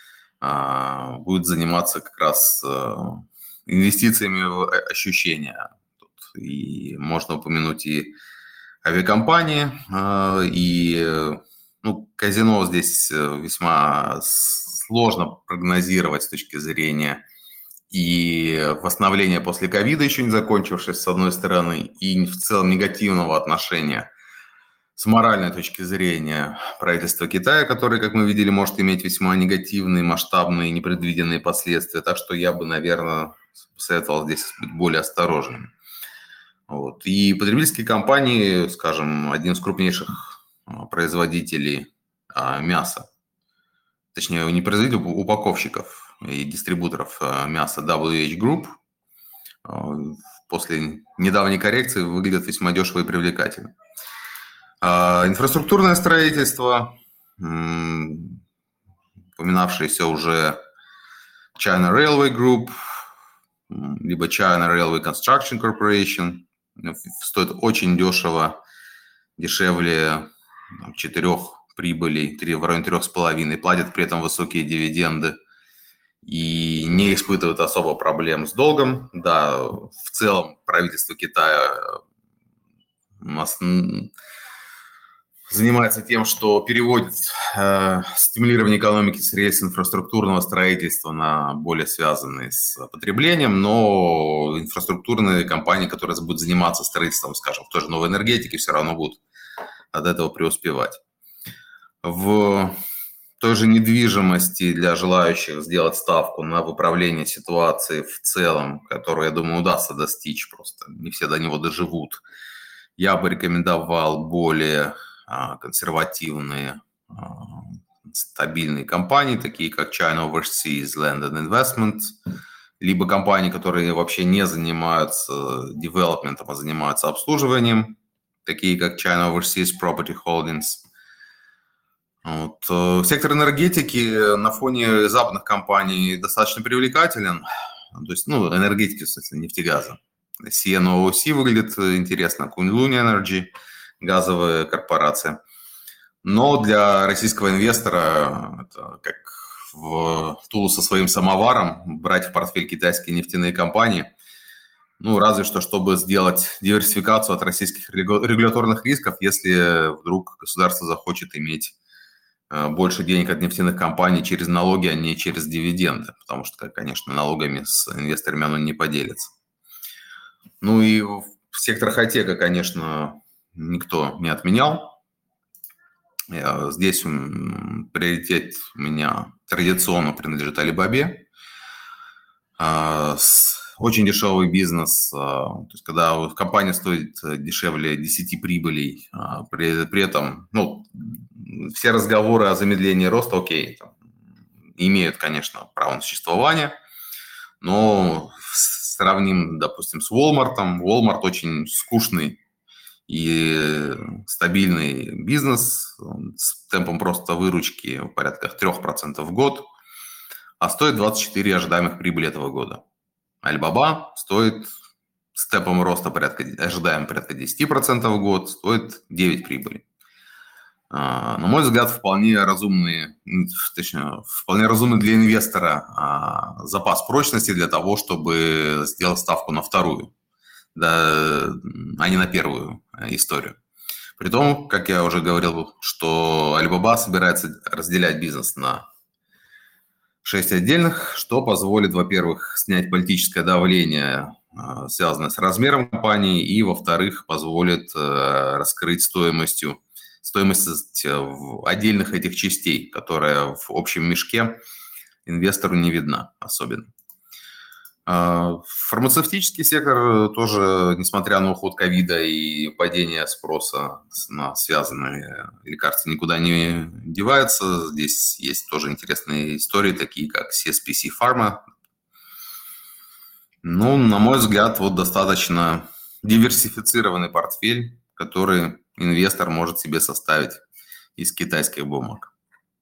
будет заниматься как раз инвестициями в ощущения. И можно упомянуть и авиакомпании, и ну, казино здесь весьма сложно прогнозировать с точки зрения и восстановления после ковида, еще не закончившись, с одной стороны, и в целом негативного отношения с моральной точки зрения правительства Китая, которое, как мы видели, может иметь весьма негативные, масштабные, непредвиденные последствия. Так что я бы, наверное, советовал здесь быть более осторожным. Вот. И потребительские компании, скажем, один из крупнейших производителей мяса, точнее, не производителей, упаковщиков и дистрибуторов мяса дабл ю эйч Group, после недавней коррекции выглядят весьма дешево и привлекательно. Инфраструктурное строительство, упоминавшееся уже China Railway Group, либо China Railway Construction Corporation, стоит очень дешево, дешевле четырех прибылей, в районе трех с половиной, платят при этом высокие дивиденды и не испытывают особо проблем с долгом. Да, в целом правительство Китая у нас занимается тем, что переводит э, стимулирование экономики с рельс инфраструктурного строительства на более связанные с потреблением, но инфраструктурные компании, которые будут заниматься строительством, скажем, в той же новой энергетике, все равно будут от этого преуспевать. В той же недвижимости для желающих сделать ставку на выправление ситуации в целом, которую, я думаю, удастся достичь, просто не все до него доживут, я бы рекомендовал более а, консервативные, а, стабильные компании, такие как China Overseas Land and Investment, либо компании, которые вообще не занимаются девелопментом, а занимаются обслуживанием, такие как China Overseas Property Holdings. Вот. Сектор энергетики на фоне западных компаний достаточно привлекателен. То есть, ну, энергетики, в смысле, нефтегаза. си эн о си выглядит интересно, Kunlun Energy, газовая корпорация. Но для российского инвестора это как в Тулу со своим самоваром брать в портфель китайские нефтяные компании. Ну, разве что, чтобы сделать диверсификацию от российских регуляторных рисков, если вдруг государство захочет иметь больше денег от нефтяных компаний через налоги, а не через дивиденды, потому что, конечно, налогами с инвесторами оно не поделится. Ну и сектор хай-тека, конечно, никто не отменял. Здесь приоритет у меня традиционно принадлежит Алибабе. Очень дешевый бизнес, то есть когда компания стоит дешевле десяти прибылей, при, при этом, ну, все разговоры о замедлении роста, окей, там, имеют, конечно, право на существование, но сравним, допустим, с Walmart. Walmart очень скучный и стабильный бизнес с темпом просто выручки в порядка три процента в год, а стоит двадцать четыре ожидаемых прибыли этого года. Alibaba стоит с темпом роста порядка, ожидаем порядка десять процентов в год, стоит девять прибыли. На мой взгляд, вполне разумные, точнее, вполне разумный для инвестора запас прочности для того, чтобы сделать ставку на вторую, да, а не на первую историю. Притом, как я уже говорил, что Alibaba собирается разделять бизнес на шесть отдельных, что позволит, во-первых, снять политическое давление, связанное с размером компании, и, во-вторых, позволит раскрыть стоимостью, стоимость отдельных этих частей, которая в общем мешке инвестору не видна особенно. Фармацевтический сектор тоже, несмотря на уход ковида и падение спроса на связанные лекарства, никуда не девается. Здесь есть тоже интересные истории, такие как си эс пи си Pharma. Ну, на мой взгляд, вот достаточно диверсифицированный портфель, который инвестор может себе составить из китайских бумаг.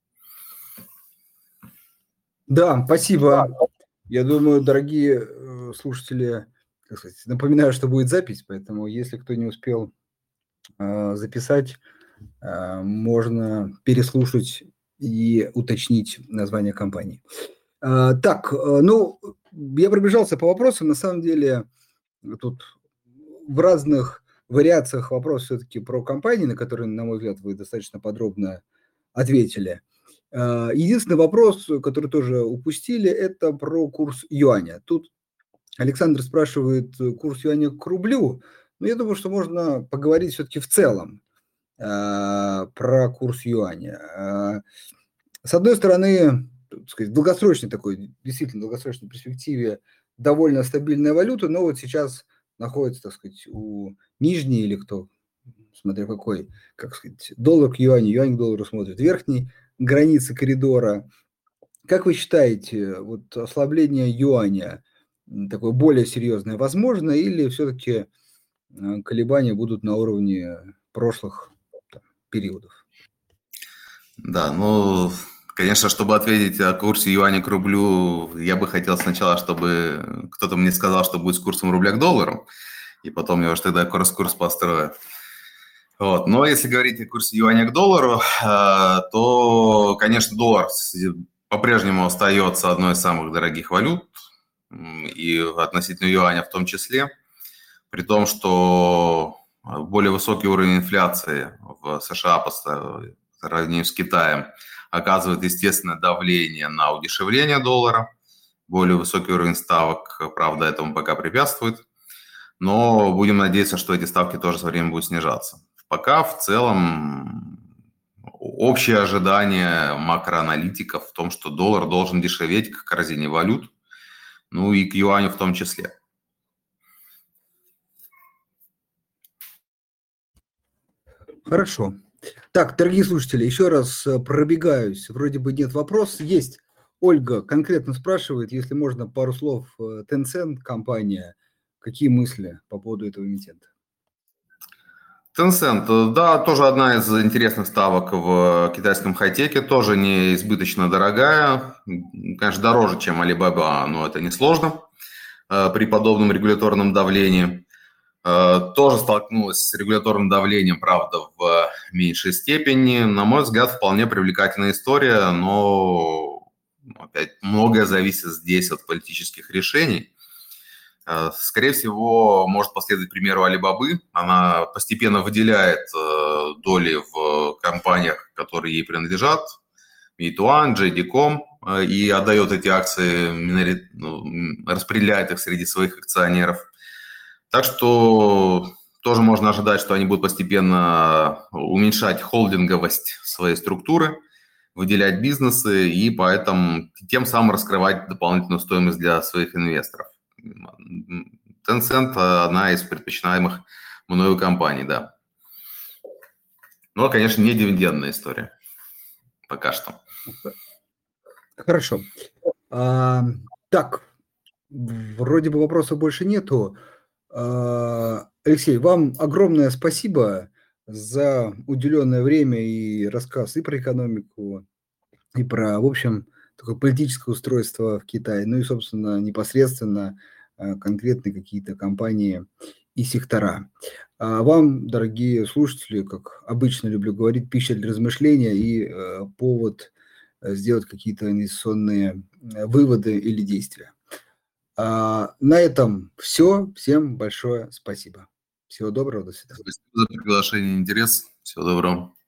Да, спасибо. Я думаю, дорогие слушатели, как сказать, напоминаю, что будет запись, поэтому если кто не успел э, записать, э, можно переслушать и уточнить название компании. Э, так, э, ну, я пробежался по вопросам. На самом деле, тут в разных вариациях вопрос все-таки про компании, на которые, на мой взгляд, вы достаточно подробно ответили. Единственный вопрос, который тоже упустили, это про курс юаня. Тут Александр спрашивает курс юаня к рублю, но я думаю, что можно поговорить все-таки в целом э, про курс юаня. Э, с одной стороны, так сказать, в долгосрочной такой, действительно долгосрочной перспективе довольно стабильная валюта, но вот сейчас находится, так сказать, у нижней или кто, смотря какой, как сказать, доллар к юаню, юань к доллару смотрит, верхней границы коридора. Как вы считаете, вот ослабление юаня такое более серьезное возможно, или все-таки колебания будут на уровне прошлых там, периодов? Да, ну, конечно, чтобы ответить о курсе юаня к рублю, я бы хотел сначала, чтобы кто-то мне сказал, что будет с курсом рубля к доллару, и потом я уж тогда курс-курс построю. Вот. Но если говорить о курсе юаня к доллару, то, конечно, доллар по-прежнему остается одной из самых дорогих валют, и относительно юаня в том числе, при том, что более высокий уровень инфляции в США по сравнению с Китаем оказывает естественное давление на удешевление доллара. Более высокий уровень ставок, правда, этому пока препятствует, но будем надеяться, что эти ставки тоже со временем будут снижаться. Пока в целом общее ожидание макроаналитиков в том, что доллар должен дешеветь к корзине валют, ну и к юаню в том числе. Хорошо. Так, дорогие слушатели, еще раз пробегаюсь. Вроде бы нет вопросов. Есть. Ольга конкретно спрашивает, если можно, пару слов. Tencent компания. Какие мысли по поводу этого эмитента? Tencent, да, тоже одна из интересных ставок в китайском хай-теке, тоже не избыточно дорогая, конечно, дороже, чем Alibaba, но это несложно при подобном регуляторном давлении. Тоже столкнулась с регуляторным давлением, правда, в меньшей степени. На мой взгляд, вполне привлекательная история, но опять многое зависит здесь от политических решений. Скорее всего, может последовать примеру Алибабы. Она постепенно выделяет доли в компаниях, которые ей принадлежат, Meituan, джей ди ком, и отдает эти акции, распределяет их среди своих акционеров. Так что тоже можно ожидать, что они будут постепенно уменьшать холдинговость своей структуры, выделять бизнесы и поэтому тем самым раскрывать дополнительную стоимость для своих инвесторов. Tencent – одна из предпочитаемых мною компаний, да. Но, конечно, не дивидендная история пока что. Хорошо. А, так, вроде бы вопросов больше нету. А, Алексей, вам огромное спасибо за уделенное время и рассказ и про экономику, и про, в общем, такое политическое устройство в Китае, ну и, собственно, непосредственно конкретные какие-то компании и сектора. А вам, дорогие слушатели, как обычно люблю говорить, пища для размышления и э, повод сделать какие-то инвестиционные выводы или действия. А, на этом все. Всем большое спасибо. Всего доброго, до свидания. Спасибо за приглашение и интерес. Всего доброго.